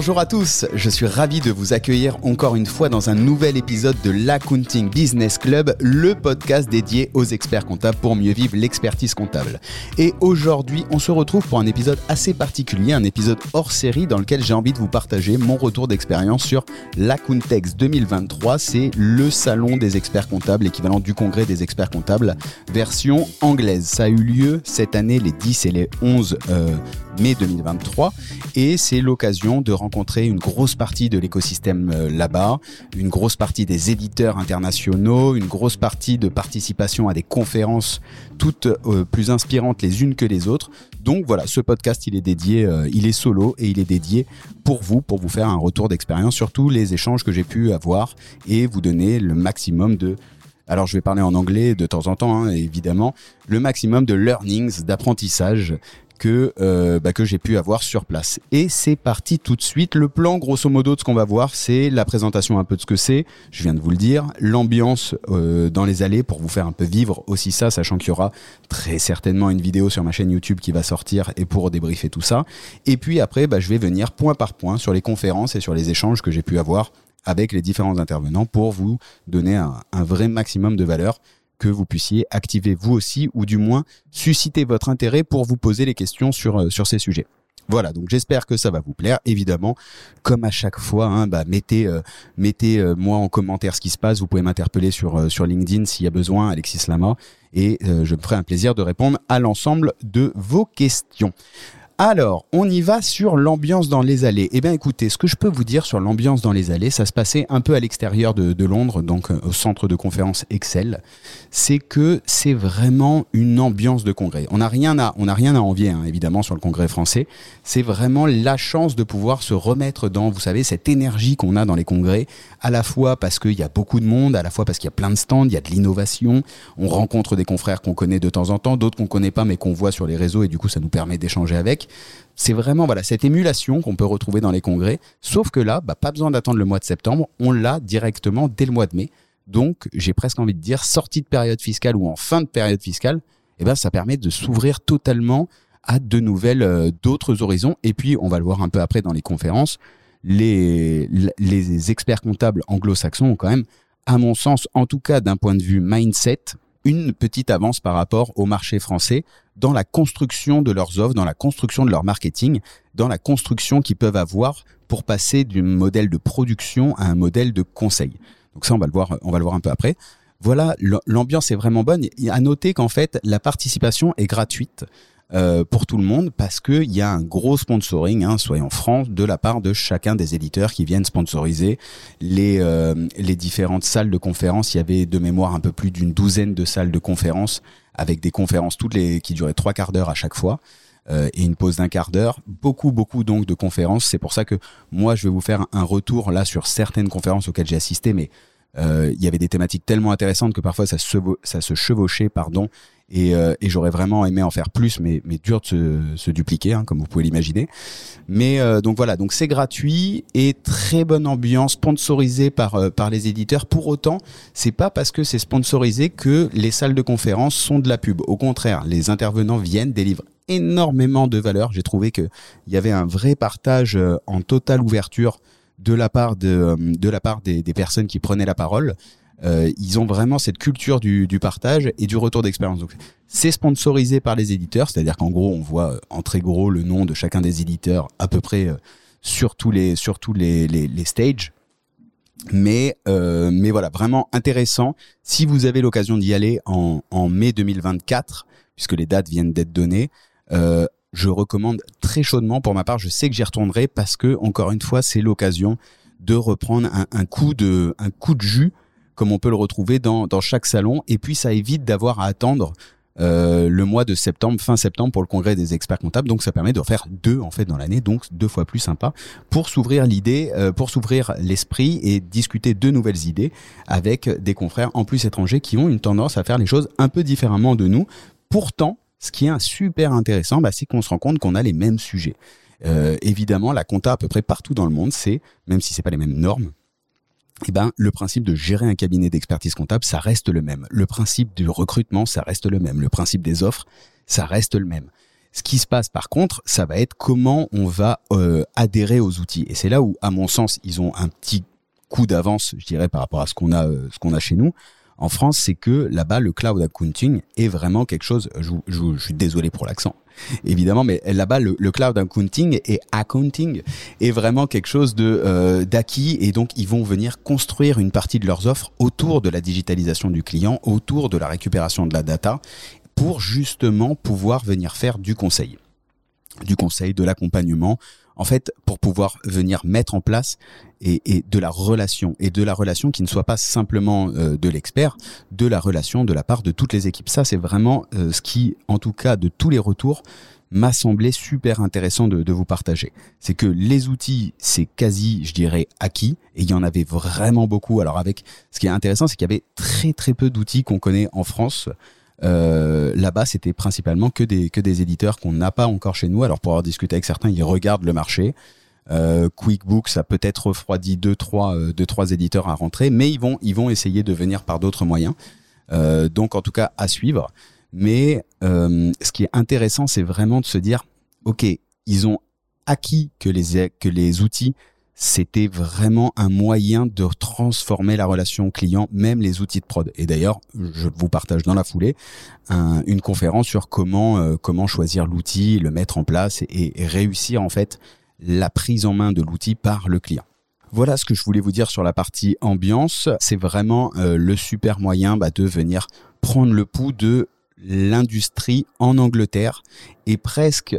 Bonjour à tous, je suis ravi de vous accueillir encore une fois dans un nouvel épisode de l'Accounting Business Club, le podcast dédié aux experts comptables pour mieux vivre l'expertise comptable. Et aujourd'hui, on se retrouve pour un épisode assez particulier, un épisode hors série dans lequel j'ai envie de vous partager mon retour d'expérience sur l'Accountex 2023. C'est le salon des experts comptables, l'équivalent du congrès des experts comptables, version anglaise. Ça a eu lieu cette année les 10 et les 11 mai 2023 et c'est l'occasion de rencontrer une grosse partie de l'écosystème là-bas, une grosse partie des éditeurs internationaux, une grosse partie de participation à des conférences toutes plus inspirantes les unes que les autres. Donc voilà, ce podcast il est dédié, il est solo et il est dédié pour vous faire un retour d'expérience sur tous les échanges que j'ai pu avoir et vous donner le maximum de... Alors je vais parler en anglais de temps en temps, évidemment, le maximum de learnings, d'apprentissage que j'ai pu avoir sur place. Et c'est parti tout de suite. Le plan, grosso modo, de ce qu'on va voir, c'est la présentation un peu de ce que c'est, je viens de vous le dire, l'ambiance dans les allées pour vous faire un peu vivre aussi ça, sachant qu'il y aura très certainement une vidéo sur ma chaîne YouTube qui va sortir et pour débriefer tout ça. Et puis après, je vais venir point par point sur les conférences et sur les échanges que j'ai pu avoir avec les différents intervenants pour vous donner un vrai maximum de valeur, que vous puissiez activer vous aussi ou du moins susciter votre intérêt pour vous poser les questions sur ces sujets. Voilà, donc j'espère que ça va vous plaire. Évidemment, comme à chaque fois, mettez moi en commentaire ce qui se passe. Vous pouvez m'interpeller sur LinkedIn s'il y a besoin, Alexis Lama, et je me ferai un plaisir de répondre à l'ensemble de vos questions. Alors, on y va sur l'ambiance dans les allées. Eh bien, écoutez, ce que je peux vous dire sur l'ambiance dans les allées, ça se passait un peu à l'extérieur de Londres, donc au centre de conférence Excel. C'est que c'est vraiment une ambiance de congrès. On n'a rien à envier, évidemment, sur le congrès français. C'est vraiment la chance de pouvoir se remettre dans, vous savez, cette énergie qu'on a dans les congrès, à la fois parce qu'il y a beaucoup de monde, à la fois parce qu'il y a plein de stands, il y a de l'innovation. On rencontre des confrères qu'on connaît de temps en temps, d'autres qu'on connaît pas, mais qu'on voit sur les réseaux, et du coup, ça nous permet d'échanger avec. C'est vraiment cette émulation qu'on peut retrouver dans les congrès, sauf que là, pas besoin d'attendre le mois de septembre, on l'a directement dès le mois de mai. Donc, j'ai presque envie de dire, sortie de période fiscale ou en fin de période fiscale, ça permet de s'ouvrir totalement à de nouvelles, d'autres horizons. Et puis, on va le voir un peu après dans les conférences, les experts comptables anglo-saxons ont quand même, à mon sens, en tout cas d'un point de vue mindset, une petite avance par rapport au marché français dans la construction de leurs offres, dans la construction de leur marketing, dans la construction qu'ils peuvent avoir pour passer du modèle de production à un modèle de conseil. Donc ça, on va le voir un peu après. Voilà, l'ambiance est vraiment bonne. À noter qu'en fait, la participation est gratuite pour tout le monde parce qu'il y a un gros sponsoring, soyons francs, de la part de chacun des éditeurs qui viennent sponsoriser les différentes salles de conférences. Il y avait de mémoire un peu plus d'une douzaine de salles de conférences avec des conférences qui duraient 3/4 d'heure à chaque fois et une pause d'1/4 d'heure. Beaucoup donc de conférences. C'est pour ça que moi je vais vous faire un retour là sur certaines conférences auxquelles j'ai assisté, mais il y avait des thématiques tellement intéressantes que parfois ça se chevauchait, et j'aurais vraiment aimé en faire plus, mais dur de se dupliquer, comme vous pouvez l'imaginer. Mais donc voilà, donc c'est gratuit et très bonne ambiance, sponsorisé par les éditeurs. Pour autant, c'est pas parce que c'est sponsorisé que les salles de conférence sont de la pub. Au contraire, les intervenants viennent, délivrent énormément de valeur. J'ai trouvé que il y avait un vrai partage en totale ouverture de la part des personnes qui prenaient la parole. Ils ont vraiment cette culture du partage et du retour d'expérience. Donc, c'est sponsorisé par les éditeurs, c'est-à-dire qu'en gros, on voit en très gros le nom de chacun des éditeurs à peu près sur tous les stages. Mais voilà, vraiment intéressant. Si vous avez l'occasion d'y aller en mai 2024, puisque les dates viennent d'être données, je recommande très chaudement. Pour ma part, je sais que j'y retournerai parce que, encore une fois, c'est l'occasion de reprendre un coup de jus, comme on peut le retrouver dans chaque salon. Et puis, ça évite d'avoir à attendre le mois de septembre, fin septembre, pour le congrès des experts comptables. Donc, ça permet de faire 2, en fait, dans l'année. Donc, 2 fois plus sympa pour s'ouvrir l'idée, pour s'ouvrir l'esprit et discuter de nouvelles idées avec des confrères en plus étrangers qui ont une tendance à faire les choses un peu différemment de nous. Pourtant, ce qui est super intéressant, c'est qu'on se rend compte qu'on a les mêmes sujets. Évidemment, la compta à peu près partout dans le monde, même si c'est pas les mêmes normes, le principe de gérer un cabinet d'expertise comptable, ça reste le même. Le principe du recrutement, ça reste le même. Le principe des offres, ça reste le même. Ce qui se passe par contre, ça va être comment on va adhérer aux outils. Et c'est là où, à mon sens, ils ont un petit coup d'avance, je dirais, par rapport à ce qu'on a chez nous. En France, c'est que là-bas, le cloud accounting est vraiment quelque chose, je suis désolé pour l'accent, évidemment, mais là-bas, le cloud accounting est vraiment quelque chose d'acquis, et donc ils vont venir construire une partie de leurs offres autour de la digitalisation du client, autour de la récupération de la data, pour justement pouvoir venir faire du conseil, de l'accompagnement, en fait, pour pouvoir venir mettre en place et de la relation qui ne soit pas simplement de l'expert, de la relation de la part de toutes les équipes. Ça, c'est vraiment ce qui, en tout cas, de tous les retours, m'a semblé super intéressant de vous partager. C'est que les outils, c'est quasi, je dirais, acquis, et il y en avait vraiment beaucoup. Alors ce qui est intéressant, c'est qu'il y avait très très peu d'outils qu'on connaît en France. Là-bas, c'était principalement que des éditeurs qu'on n'a pas encore chez nous. Alors, pour avoir discuté avec certains, ils regardent le marché. QuickBooks a peut-être refroidi deux, trois éditeurs à rentrer, mais ils vont essayer de venir par d'autres moyens. Donc, en tout cas, à suivre. Mais ce qui est intéressant, c'est vraiment de se dire, ok, ils ont acquis que les outils, c'était vraiment un moyen de transformer la relation client, même les outils de prod. Et d'ailleurs, je vous partage dans la foulée une conférence sur comment choisir l'outil, le mettre en place et réussir en fait la prise en main de l'outil par le client. Voilà ce que je voulais vous dire sur la partie ambiance. C'est vraiment le super moyen de venir prendre le pouls de l'industrie en Angleterre et presque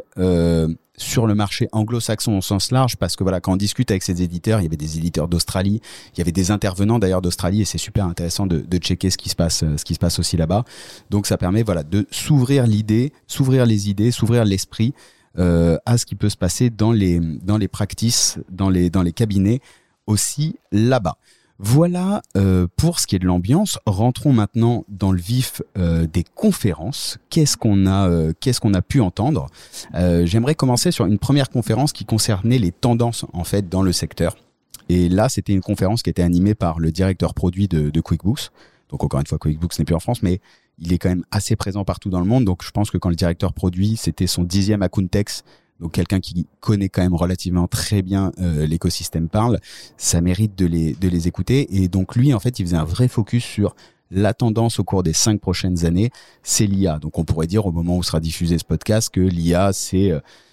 sur le marché anglo-saxon au sens large, parce que voilà, quand on discute avec ces éditeurs, il y avait des éditeurs d'Australie, il y avait des intervenants d'ailleurs d'Australie, et c'est super intéressant de checker ce qui se passe aussi là-bas. Donc ça permet voilà de s'ouvrir les idées, s'ouvrir l'esprit à ce qui peut se passer dans les practices, dans les cabinets aussi là-bas. Voilà pour ce qui est de l'ambiance. Rentrons maintenant dans le vif des conférences. Qu'est-ce qu'on a pu entendre? J'aimerais commencer sur une première conférence qui concernait les tendances en fait dans le secteur. Et là, c'était une conférence qui était animée par le directeur produit de QuickBooks. Donc encore une fois, QuickBooks n'est plus en France, mais il est quand même assez présent partout dans le monde. Donc je pense que quand le directeur produit, c'était son 10e Accountex, donc quelqu'un qui connaît quand même relativement très bien l'écosystème parle, ça mérite de les écouter. Et donc lui, en fait, il faisait un vrai focus sur la tendance au cours des 5 prochaines années, c'est l'IA. Donc on pourrait dire au moment où sera diffusé ce podcast que l'IA, c'est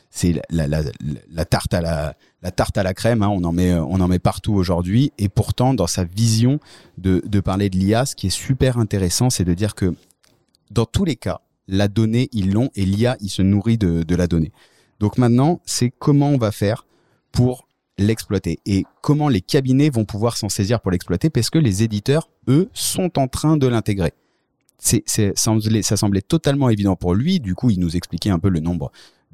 la tarte à la crème, hein, on en met partout aujourd'hui. Et pourtant, dans sa vision de parler de l'IA, ce qui est super intéressant, c'est de dire que dans tous les cas, la donnée, ils l'ont, et l'IA, il se nourrit de la donnée. Donc maintenant, c'est comment on va faire pour l'exploiter et comment les cabinets vont pouvoir s'en saisir pour l'exploiter, parce que les éditeurs, eux, sont en train de l'intégrer. Ça semblait totalement évident pour lui. Du coup, il nous expliquait un peu le nombre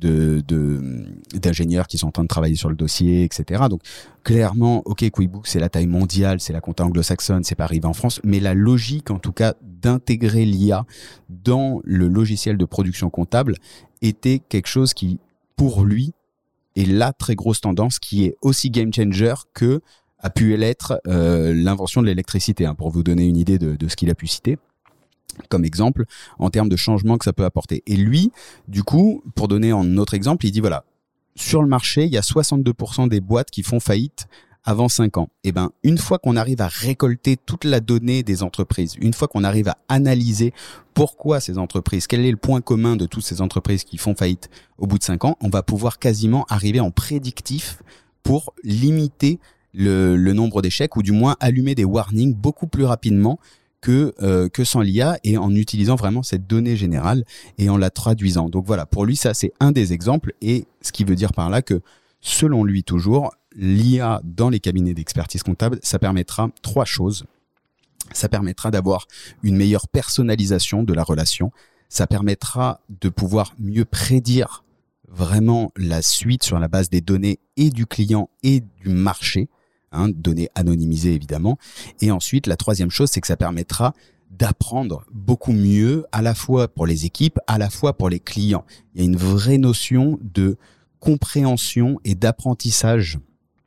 d'ingénieurs qui sont en train de travailler sur le dossier, etc. Donc clairement, ok, QuickBooks, c'est la taille mondiale, c'est la compta anglo-saxonne, c'est pas arrivé en France, mais la logique, en tout cas, d'intégrer l'IA dans le logiciel de production comptable était quelque chose qui, pour lui, est la très grosse tendance, qui est aussi game changer que a pu l'être l'invention de l'électricité, hein, pour vous donner une idée de ce qu'il a pu citer comme exemple en termes de changement que ça peut apporter. Et lui, du coup, pour donner un autre exemple, il dit voilà, sur le marché, il y a 62% des boîtes qui font faillite avant 5 ans. Et ben, une fois qu'on arrive à récolter toute la donnée des entreprises, une fois qu'on arrive à analyser pourquoi ces entreprises, quel est le point commun de toutes ces entreprises qui font faillite au bout de 5 ans, on va pouvoir quasiment arriver en prédictif pour limiter le nombre d'échecs, ou du moins allumer des warnings beaucoup plus rapidement que sans l'IA, et en utilisant vraiment cette donnée générale et en la traduisant. Donc voilà, pour lui, ça c'est un des exemples, et ce qui veut dire par là que, selon lui toujours, l'IA dans les cabinets d'expertise comptable, ça permettra 3 choses. Ça permettra d'avoir une meilleure personnalisation de la relation, ça permettra de pouvoir mieux prédire vraiment la suite sur la base des données et du client et du marché, hein, données anonymisées évidemment. Et ensuite, la 3e chose, c'est que ça permettra d'apprendre beaucoup mieux, à la fois pour les équipes, à la fois pour les clients. Il y a une vraie notion de compréhension et d'apprentissage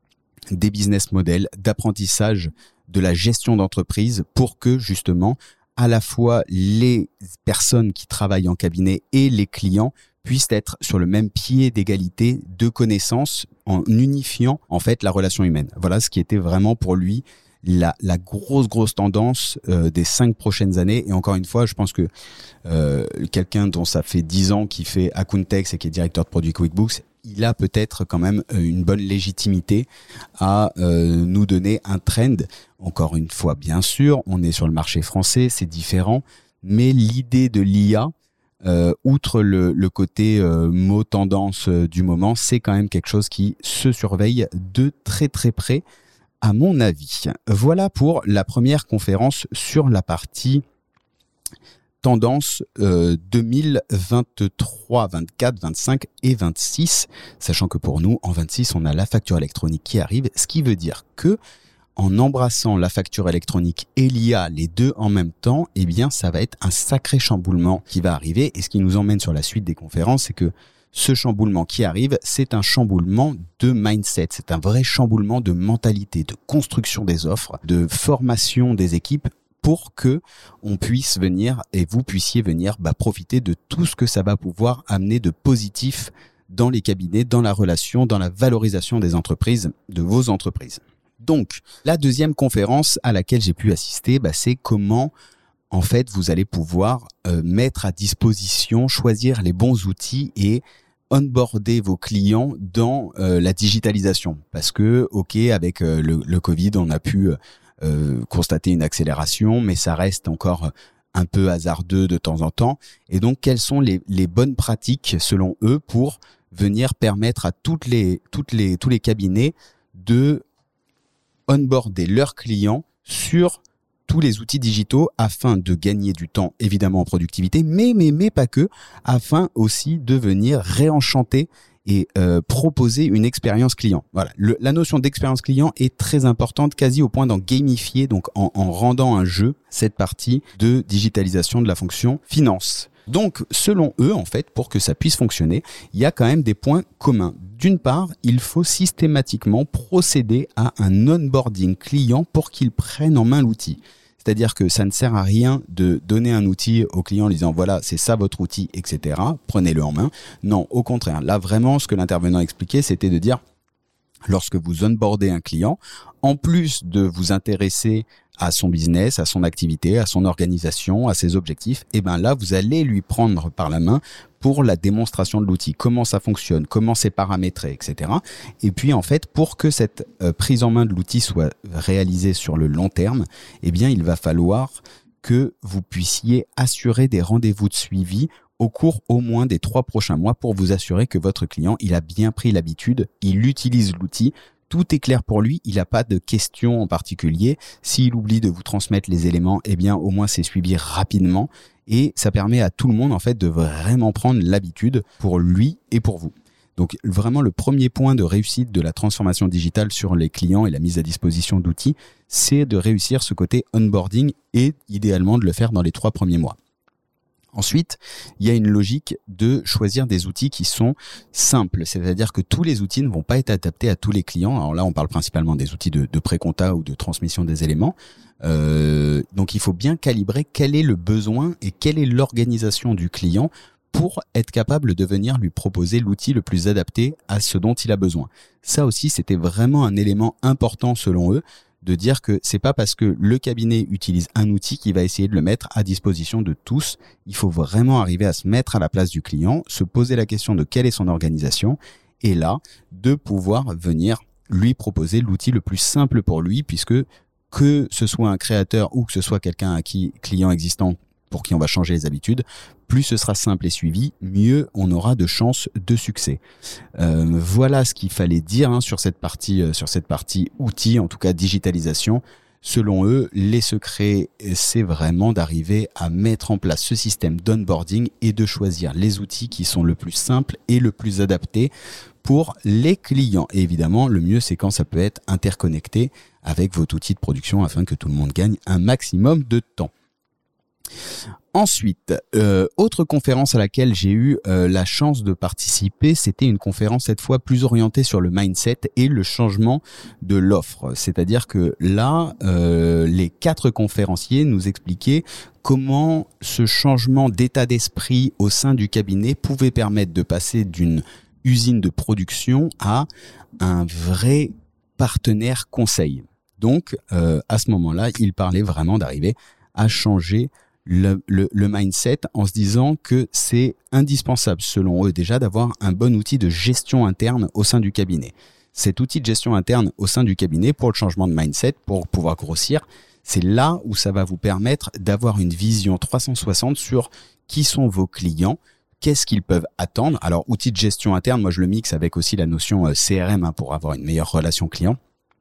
des business models, d'apprentissage de la gestion d'entreprise, pour que justement, à la fois les personnes qui travaillent en cabinet et les clients puissent être sur le même pied d'égalité de connaissances en unifiant en fait la relation humaine. Voilà ce qui était vraiment pour lui la grosse tendance des 5 prochaines années. Et encore une fois, je pense que quelqu'un dont ça fait 10 ans qui fait Accountex et qui est directeur de produit QuickBooks, il a peut-être quand même une bonne légitimité à nous donner un trend. Encore une fois, bien sûr, on est sur le marché français, c'est différent, mais l'idée de l'IA, outre le côté mot tendance du moment, c'est quand même quelque chose qui se surveille de très près, à mon avis. Voilà pour la première conférence sur la partie tendance 2023, 24, 25 et 26, sachant que pour nous, en 26, on a la facture électronique qui arrive, ce qui veut dire que en embrassant la facture électronique et l'IA, les deux en même temps, eh bien, ça va être un sacré chamboulement qui va arriver. Et ce qui nous emmène sur la suite des conférences, c'est que ce chamboulement qui arrive, c'est un chamboulement de mindset, c'est un vrai chamboulement de mentalité, de construction des offres, de formation des équipes pour que on puisse venir et vous puissiez venir profiter de tout ce que ça va pouvoir amener de positif dans les cabinets, dans la relation, dans la valorisation des entreprises, de vos entreprises. Donc, la deuxième conférence à laquelle j'ai pu assister, c'est comment en fait vous allez pouvoir mettre à disposition, choisir les bons outils et onboarder vos clients dans la digitalisation. Parce que, avec le Covid, on a pu constater une accélération, mais ça reste encore un peu hasardeux de temps en temps. Et donc, quelles sont les bonnes pratiques, selon eux, pour venir permettre à tous les cabinets de onboarder leurs clients sur tous les outils digitaux afin de gagner du temps, évidemment en productivité, mais pas que, afin aussi de venir réenchanter et proposer une expérience client. Voilà, la notion d'expérience client est très importante, quasi au point d'en gamifier, donc en rendant un jeu cette partie de digitalisation de la fonction finance. Donc, selon eux, en fait, pour que ça puisse fonctionner, il y a quand même des points communs. D'une part, il faut systématiquement procéder à un onboarding client pour qu'il prenne en main l'outil. C'est-à-dire que ça ne sert à rien de donner un outil au client en lui disant voilà, c'est ça votre outil, etc. Prenez-le en main. Non, au contraire. Là, vraiment, ce que l'intervenant expliquait, c'était de dire lorsque vous onboardez un client, en plus de vous intéresser à son business, à son activité, à son organisation, à ses objectifs, et là, vous allez lui prendre par la main pour la démonstration de l'outil, comment ça fonctionne, comment c'est paramétré, etc. Et puis, en fait, pour que cette prise en main de l'outil soit réalisée sur le long terme, il va falloir que vous puissiez assurer des rendez-vous de suivi au cours au moins des 3 prochains mois pour vous assurer que votre client, il a bien pris l'habitude, il utilise l'outil, tout est clair pour lui, il n'a pas de questions en particulier. S'il oublie de vous transmettre les éléments, au moins c'est suivi rapidement et ça permet à tout le monde en fait de vraiment prendre l'habitude pour lui et pour vous. Donc vraiment le premier point de réussite de la transformation digitale sur les clients et la mise à disposition d'outils, c'est de réussir ce côté onboarding et idéalement de le faire dans les 3 premiers mois. Ensuite, il y a une logique de choisir des outils qui sont simples, c'est-à-dire que tous les outils ne vont pas être adaptés à tous les clients. Alors là, on parle principalement des outils de pré-compta ou de transmission des éléments. Donc, il faut bien calibrer quel est le besoin et quelle est l'organisation du client pour être capable de venir lui proposer l'outil le plus adapté à ce dont il a besoin. Ça aussi, c'était vraiment un élément important selon eux, de dire que c'est pas parce que le cabinet utilise un outil qu'il va essayer de le mettre à disposition de tous. Il faut vraiment arriver à se mettre à la place du client, se poser la question de quelle est son organisation et là, de pouvoir venir lui proposer l'outil le plus simple pour lui puisque que ce soit un créateur ou que ce soit quelqu'un client existant pour qui on va changer les habitudes, plus ce sera simple et suivi, mieux on aura de chances de succès. Voilà ce qu'il fallait dire sur cette partie outils, en tout cas digitalisation. Selon eux, les secrets, c'est vraiment d'arriver à mettre en place ce système d'onboarding et de choisir les outils qui sont le plus simples et le plus adaptés pour les clients. Et évidemment, le mieux, c'est quand ça peut être interconnecté avec votre outil de production afin que tout le monde gagne un maximum de temps. Ensuite, autre conférence à laquelle j'ai eu la chance de participer, c'était une conférence cette fois plus orientée sur le mindset et le changement de l'offre. C'est-à-dire que là, les 4 conférenciers nous expliquaient comment ce changement d'état d'esprit au sein du cabinet pouvait permettre de passer d'une usine de production à un vrai partenaire conseil. Donc, à ce moment-là, ils parlaient vraiment d'arriver à changer le mindset en se disant que c'est indispensable selon eux déjà d'avoir un bon outil de gestion interne au sein du cabinet. Cet outil de gestion interne au sein du cabinet pour le changement de mindset, pour pouvoir grossir, c'est là où ça va vous permettre d'avoir une vision 360 sur qui sont vos clients, qu'est-ce qu'ils peuvent attendre. Alors, outil de gestion interne, moi je le mixe avec aussi la notion CRM pour avoir une meilleure relation client.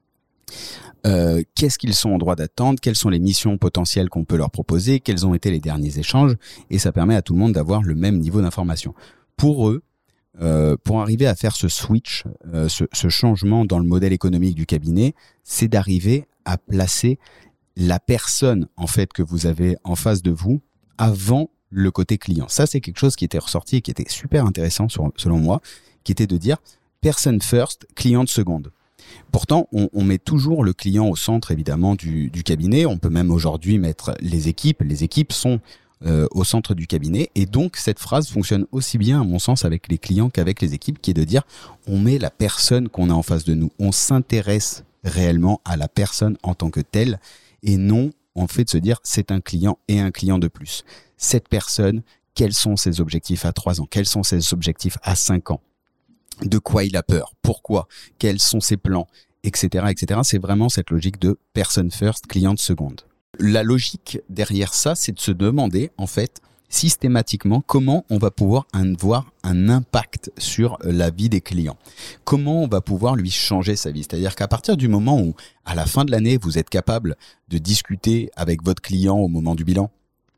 Qu'est-ce qu'ils sont en droit d'attendre, quelles sont les missions potentielles qu'on peut leur proposer, quels ont été les derniers échanges, et ça permet à tout le monde d'avoir le même niveau d'information. Pour eux, pour arriver à faire ce switch, ce changement dans le modèle économique du cabinet, c'est d'arriver à placer la personne en fait que vous avez en face de vous avant le côté client. Ça, c'est quelque chose qui était ressorti et qui était super intéressant selon moi, qui était de dire person first, client de seconde. Pourtant, on met toujours le client au centre, évidemment, du cabinet. On peut même aujourd'hui mettre les équipes. Les équipes sont au centre du cabinet. Et donc, cette phrase fonctionne aussi bien, à mon sens, avec les clients qu'avec les équipes, qui est de dire, on met la personne qu'on a en face de nous. On s'intéresse réellement à la personne en tant que telle et non, en fait, de se dire, c'est un client et un client de plus. Cette personne, quels sont ses objectifs à 3 ans? Quels sont ses objectifs à 5 ans? De quoi il a peur, pourquoi, quels sont ses plans, etc., etc. C'est vraiment cette logique de person first, client de seconde. La logique derrière ça, c'est de se demander, en fait, systématiquement, comment on va pouvoir avoir un impact sur la vie des clients. Comment on va pouvoir lui changer sa vie. C'est-à-dire qu'à partir du moment où, à la fin de l'année, vous êtes capable de discuter avec votre client au moment du bilan,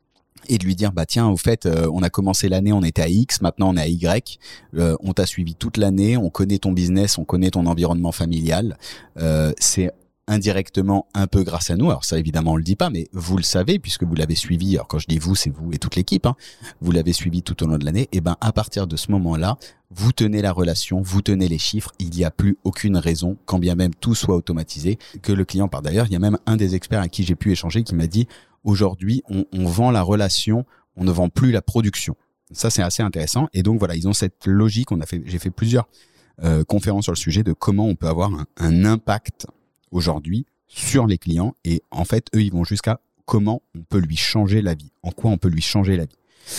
et de lui dire bah tiens au fait on a commencé l'année on était à X, maintenant on est à Y, on t'a suivi toute l'année, on connaît ton business, on connaît ton environnement familial, c'est indirectement un peu grâce à nous. Alors ça évidemment on le dit pas, mais vous le savez puisque vous l'avez suivi. Alors quand je dis vous, c'est vous et toute l'équipe, hein. Vous l'avez suivi tout au long de l'année. Et ben à partir de ce moment-là, vous tenez la relation, vous tenez les chiffres. Il n'y a plus aucune raison, quand bien même tout soit automatisé, que le client part. D'ailleurs, il y a même un des experts à qui j'ai pu échanger qui m'a dit aujourd'hui, on vend la relation, on ne vend plus la production. Ça, c'est assez intéressant. Et donc, voilà, ils ont cette logique. J'ai fait plusieurs conférences sur le sujet de comment on peut avoir un impact aujourd'hui sur les clients. Et en fait, eux, ils vont jusqu'à comment on peut lui changer la vie, en quoi on peut lui changer la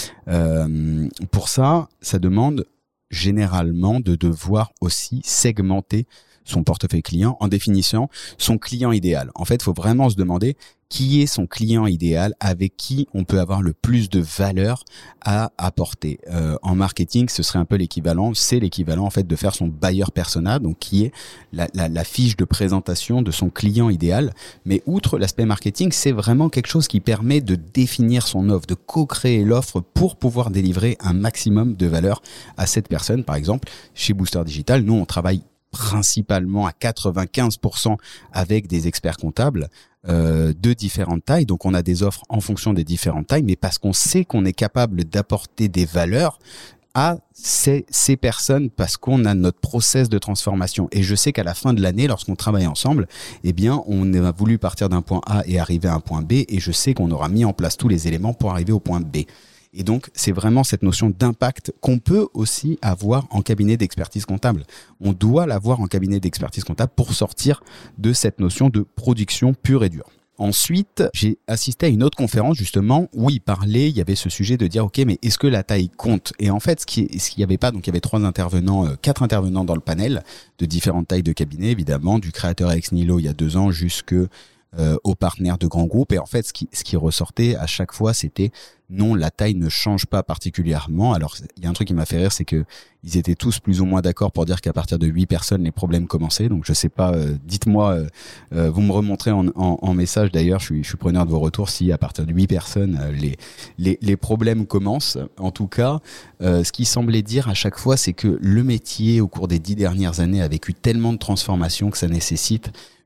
vie. Pour ça, ça demande généralement de devoir aussi segmenter son portefeuille client en définissant son client idéal. En fait, il faut vraiment se demander qui est son client idéal, avec qui on peut avoir le plus de valeur à apporter. En marketing, ce serait un peu l'équivalent, c'est l'équivalent en fait de faire son buyer persona, donc qui est la fiche de présentation de son client idéal. Mais outre l'aspect marketing, c'est vraiment quelque chose qui permet de définir son offre, de co-créer l'offre pour pouvoir délivrer un maximum de valeur à cette personne. Par exemple, chez Booster Digital, nous on travaille principalement à 95% avec des experts comptables de différentes tailles. Donc on a des offres en fonction des différentes tailles, mais parce qu'on sait qu'on est capable d'apporter des valeurs à ces personnes, parce qu'on a notre process de transformation. Et je sais qu'à la fin de l'année, lorsqu'on travaille ensemble, eh bien, on a voulu partir d'un point A et arriver à un point B, et je sais qu'on aura mis en place tous les éléments pour arriver au point B. Et donc, c'est vraiment cette notion d'impact qu'on peut aussi avoir en cabinet d'expertise comptable. On doit l'avoir en cabinet d'expertise comptable pour sortir de cette notion de production pure et dure. Ensuite, j'ai assisté à une autre conférence justement où il y avait ce sujet de dire ok, mais est-ce que la taille compte? Et en fait, ce qu'il y avait pas, donc il y avait 4 intervenants dans le panel de différentes tailles de cabinet, évidemment, du créateur ex nihilo il y a 2 ans jusque aux partenaires de grands groupes. Et en fait, ce qui ressortait à chaque fois, c'était non, la taille ne change pas particulièrement. Alors, il y a un truc qui m'a fait rire, c'est que ils étaient tous plus ou moins d'accord pour dire qu'à partir de 8 personnes, les problèmes commençaient. Donc, je sais pas, dites-moi, vous me remontrez en message. D'ailleurs, je suis preneur de vos retours si à partir de 8 personnes, les problèmes commencent. En tout cas, ce qui semblait dire à chaque fois, c'est que le métier, au cours des 10 dernières années, a vécu tellement de transformations que ça nécessite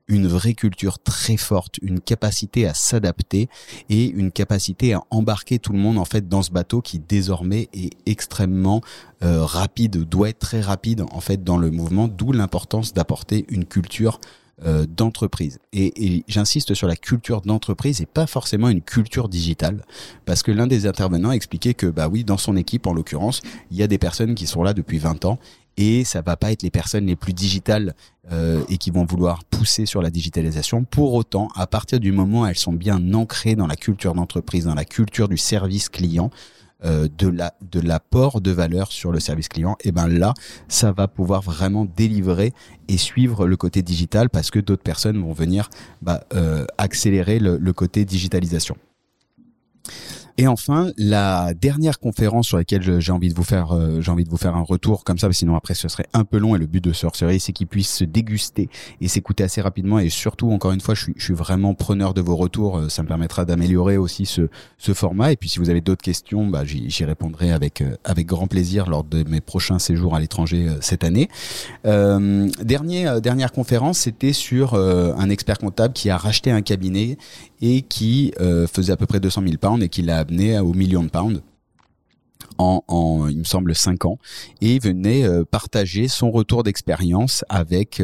une vraie culture très forte, une capacité à s'adapter et une capacité à embarquer tout le monde en fait dans ce bateau qui désormais est extrêmement rapide, doit être très rapide en fait dans le mouvement, d'où l'importance d'apporter une culture d'entreprise. Et j'insiste sur la culture d'entreprise et pas forcément une culture digitale, parce que l'un des intervenants expliquait que bah oui, dans son équipe en l'occurrence, il y a des personnes qui sont là depuis 20 ans et ça va pas être les personnes les plus digitales et qui vont vouloir pousser sur la digitalisation. Pour autant, à partir du moment où elles sont bien ancrées dans la culture d'entreprise, dans la culture du service client, de l'apport de valeur sur le service client, et ben là, ça va pouvoir vraiment délivrer et suivre le côté digital parce que d'autres personnes vont venir accélérer le côté digitalisation. Et enfin, la dernière conférence sur laquelle j'ai envie de vous faire un retour comme ça, sinon après ce serait un peu long et le but de ce hors-série, c'est qu'ils puissent se déguster et s'écouter assez rapidement et surtout, encore une fois, je suis vraiment preneur de vos retours, ça me permettra d'améliorer aussi ce format et puis si vous avez d'autres questions, j'y répondrai avec grand plaisir lors de mes prochains séjours à l'étranger cette année. Dernière conférence, c'était sur un expert comptable qui a racheté un cabinet et qui faisait à peu près 200 000 pounds et qui l'a amené au million de pounds en il me semble 5 ans et venait partager son retour d'expérience avec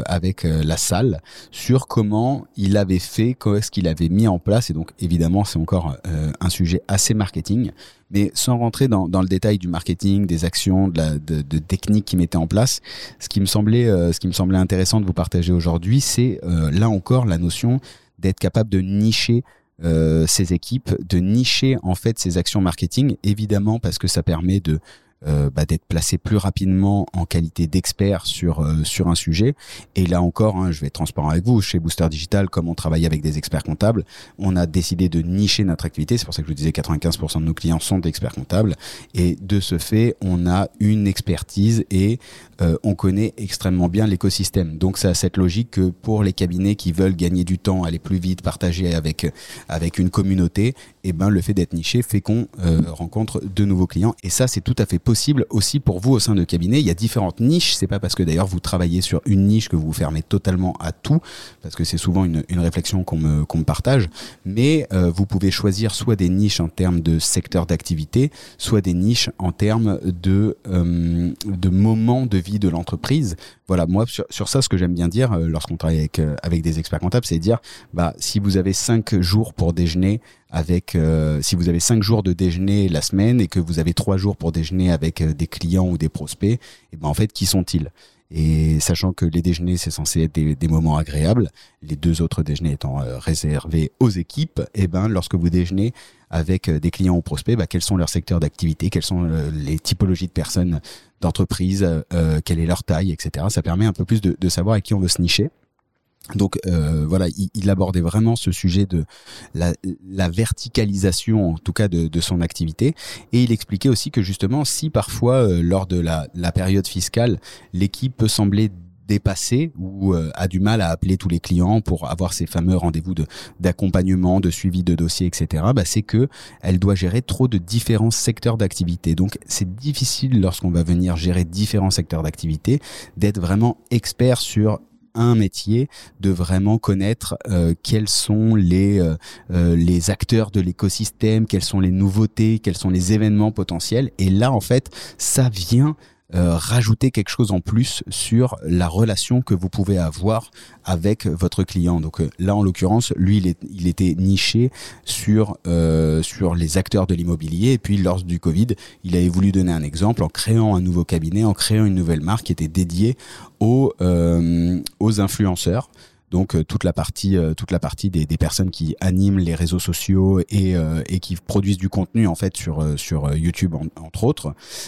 la salle sur comment il avait fait, qu'est-ce qu'il avait mis en place et donc évidemment c'est encore un sujet assez marketing mais sans rentrer dans le détail du marketing, des actions, de techniques qu'il mettait en place, ce qui me semblait intéressant de vous partager aujourd'hui, c'est là encore la notion d'être capable de nicher ces équipes, de nicher en fait ces actions marketing, évidemment parce que ça permet d'être placé plus rapidement en qualité d'expert sur un sujet. Et là encore, je vais être transparent avec vous, chez Booster Digital, comme on travaille avec des experts comptables, on a décidé de nicher notre activité. C'est pour ça que je vous disais 95% de nos clients sont des experts comptables. Et de ce fait, on a une expertise et on connaît extrêmement bien l'écosystème. Donc ça a cette logique que pour les cabinets qui veulent gagner du temps, aller plus vite, partager avec une communauté, et le fait d'être niché fait qu'on rencontre de nouveaux clients. Et ça, c'est tout à fait possible aussi pour vous au sein de cabinet. Il y a différentes niches. C'est pas parce que d'ailleurs vous travaillez sur une niche que vous vous fermez totalement à tout, parce que c'est souvent une réflexion qu'on me partage. Mais vous pouvez choisir soit des niches en termes de secteur d'activité, soit des niches en termes de moments de vie de l'entreprise. Voilà, moi sur ça, ce que j'aime bien dire lorsqu'on travaille avec des experts comptables, c'est dire si vous avez 5 jours pour déjeuner si vous avez 5 jours de déjeuner la semaine et que vous avez 3 jours pour déjeuner avec des clients ou des prospects, et en fait, qui sont-ils ? Et sachant que les déjeuners, c'est censé être des moments agréables, les 2 autres déjeuners étant réservés aux équipes, lorsque vous déjeunez avec des clients ou prospects, quels sont leurs secteurs d'activité, quelles sont les typologies de personnes, d'entreprises, quelle est leur taille, etc. Ça permet un peu plus de savoir à qui on veut se nicher. Donc voilà, il abordait vraiment ce sujet de la verticalisation, en tout cas de son activité, et il expliquait aussi que justement, si parfois lors de la période fiscale, l'équipe peut sembler dépassée ou a du mal à appeler tous les clients pour avoir ces fameux rendez-vous d'accompagnement, de suivi de dossiers, etc. C'est que elle doit gérer trop de différents secteurs d'activité. Donc c'est difficile lorsqu'on va venir gérer différents secteurs d'activité d'être vraiment expert sur un métier, de vraiment connaître quels sont les acteurs de l'écosystème, quelles sont les nouveautés, quels sont les événements potentiels. Et là, en fait, ça vient rajouter quelque chose en plus sur la relation que vous pouvez avoir avec votre client. Donc là, en l'occurrence, lui, il était niché sur les acteurs de l'immobilier. Et puis, lors du Covid, il avait voulu donner un exemple en créant un nouveau cabinet, en créant une nouvelle marque qui était dédiée aux influenceurs. Donc toute la partie des personnes qui animent les réseaux sociaux et qui produisent du contenu en fait sur YouTube entre autres,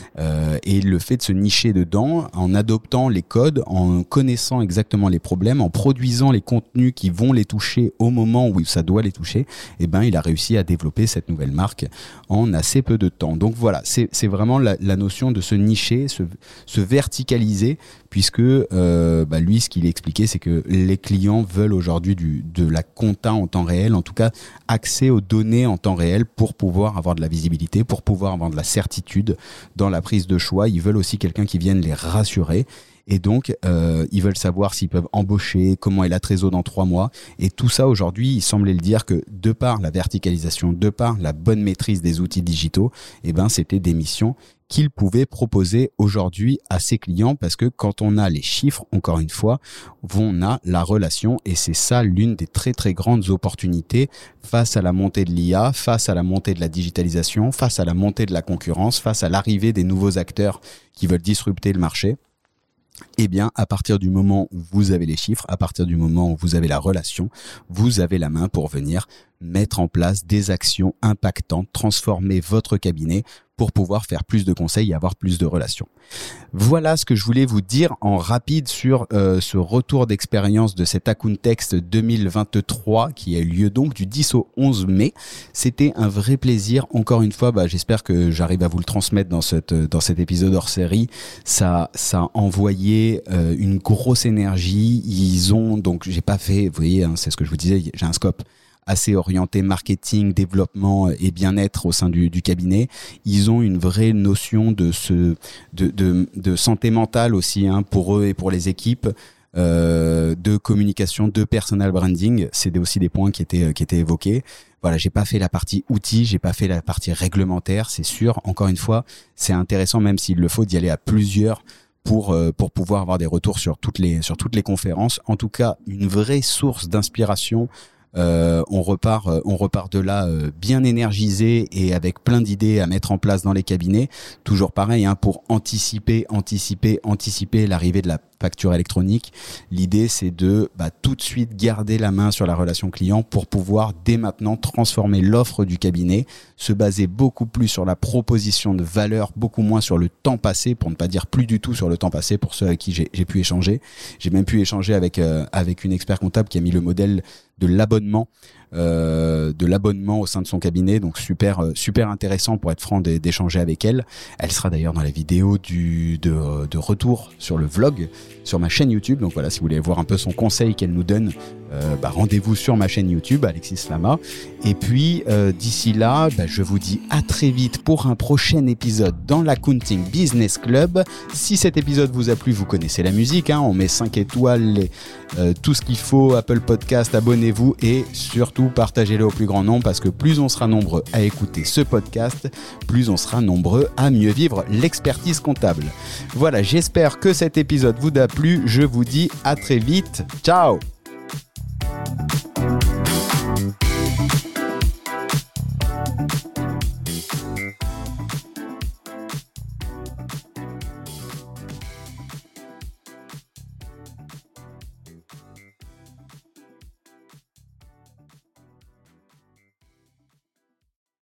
et le fait de se nicher dedans en adoptant les codes, en connaissant exactement les problèmes, en produisant les contenus qui vont les toucher au moment où ça doit les toucher, il a réussi à développer cette nouvelle marque en assez peu de temps. Donc voilà, c'est vraiment la notion de se nicher, se verticaliser, puisque lui ce qu'il expliquait c'est que les clients clients veulent aujourd'hui de la compta en temps réel, en tout cas accès aux données en temps réel pour pouvoir avoir de la visibilité, pour pouvoir avoir de la certitude dans la prise de choix. Ils veulent aussi quelqu'un qui vienne les rassurer. Et donc, ils veulent savoir s'ils peuvent embaucher, comment est la trésor dans 3 mois. Et tout ça, aujourd'hui, il semblait le dire que de par la verticalisation, de par la bonne maîtrise des outils digitaux, c'était des missions qu'ils pouvaient proposer aujourd'hui à ses clients, parce que quand on a les chiffres, encore une fois, on a la relation, et c'est ça l'une des très très grandes opportunités face à la montée de l'IA, face à la montée de la digitalisation, face à la montée de la concurrence, face à l'arrivée des nouveaux acteurs qui veulent disrupter le marché. Eh bien, à partir du moment où vous avez les chiffres, à partir du moment où vous avez la relation, vous avez la main pour venir mettre en place des actions impactantes, transformer votre cabinet pour pouvoir faire plus de conseils et avoir plus de relations. Voilà ce que je voulais vous dire en rapide sur ce retour d'expérience de cet Accountext 2023 qui a eu lieu donc du 10 au 11 mai. C'était un vrai plaisir. Encore une fois, j'espère que j'arrive à vous le transmettre dans cet épisode hors série. Ça a envoyé une grosse énergie. Ils ont donc, j'ai pas fait, vous voyez, c'est ce que je vous disais, j'ai un scope assez orienté marketing, développement et bien-être au sein du cabinet. Ils ont une vraie notion de santé mentale aussi, pour eux et pour les équipes, de communication, de personal branding. C'est aussi des points qui étaient évoqués. Voilà, j'ai pas fait la partie outils, j'ai pas fait la partie réglementaire, c'est sûr. Encore une fois, c'est intéressant, même s'il le faut, d'y aller à plusieurs pour pouvoir avoir des retours sur toutes les conférences. En tout cas, une vraie source d'inspiration. On repart de là bien énergisé et avec plein d'idées à mettre en place dans les cabinets. Toujours pareil, pour anticiper l'arrivée de la facture électronique. L'idée, c'est de tout de suite garder la main sur la relation client pour pouvoir dès maintenant transformer l'offre du cabinet, se baser beaucoup plus sur la proposition de valeur, beaucoup moins sur le temps passé, pour ne pas dire plus du tout sur le temps passé pour ceux avec qui j'ai pu échanger. J'ai même pu échanger avec une expert comptable qui a mis le modèle de l'abonnement au sein de son cabinet, donc super intéressant pour être franc d'échanger avec elle. Elle sera d'ailleurs dans la vidéo de retour sur le vlog sur ma chaîne YouTube. Donc voilà, si vous voulez voir un peu son conseil qu'elle nous donne, rendez-vous sur ma chaîne YouTube Alexis Lama. Et puis d'ici là, je vous dis à très vite pour un prochain épisode dans l'Accounting Business Club. Si cet épisode vous a plu, vous connaissez la musique, on met 5 étoiles, tout ce qu'il faut, Apple Podcast, abonnez-vous et surtout partagez-le au plus grand nombre, parce que plus on sera nombreux à écouter ce podcast, plus on sera nombreux à mieux vivre l'expertise comptable. Voilà, j'espère que cet épisode vous a plu. Je vous dis à très vite. Ciao!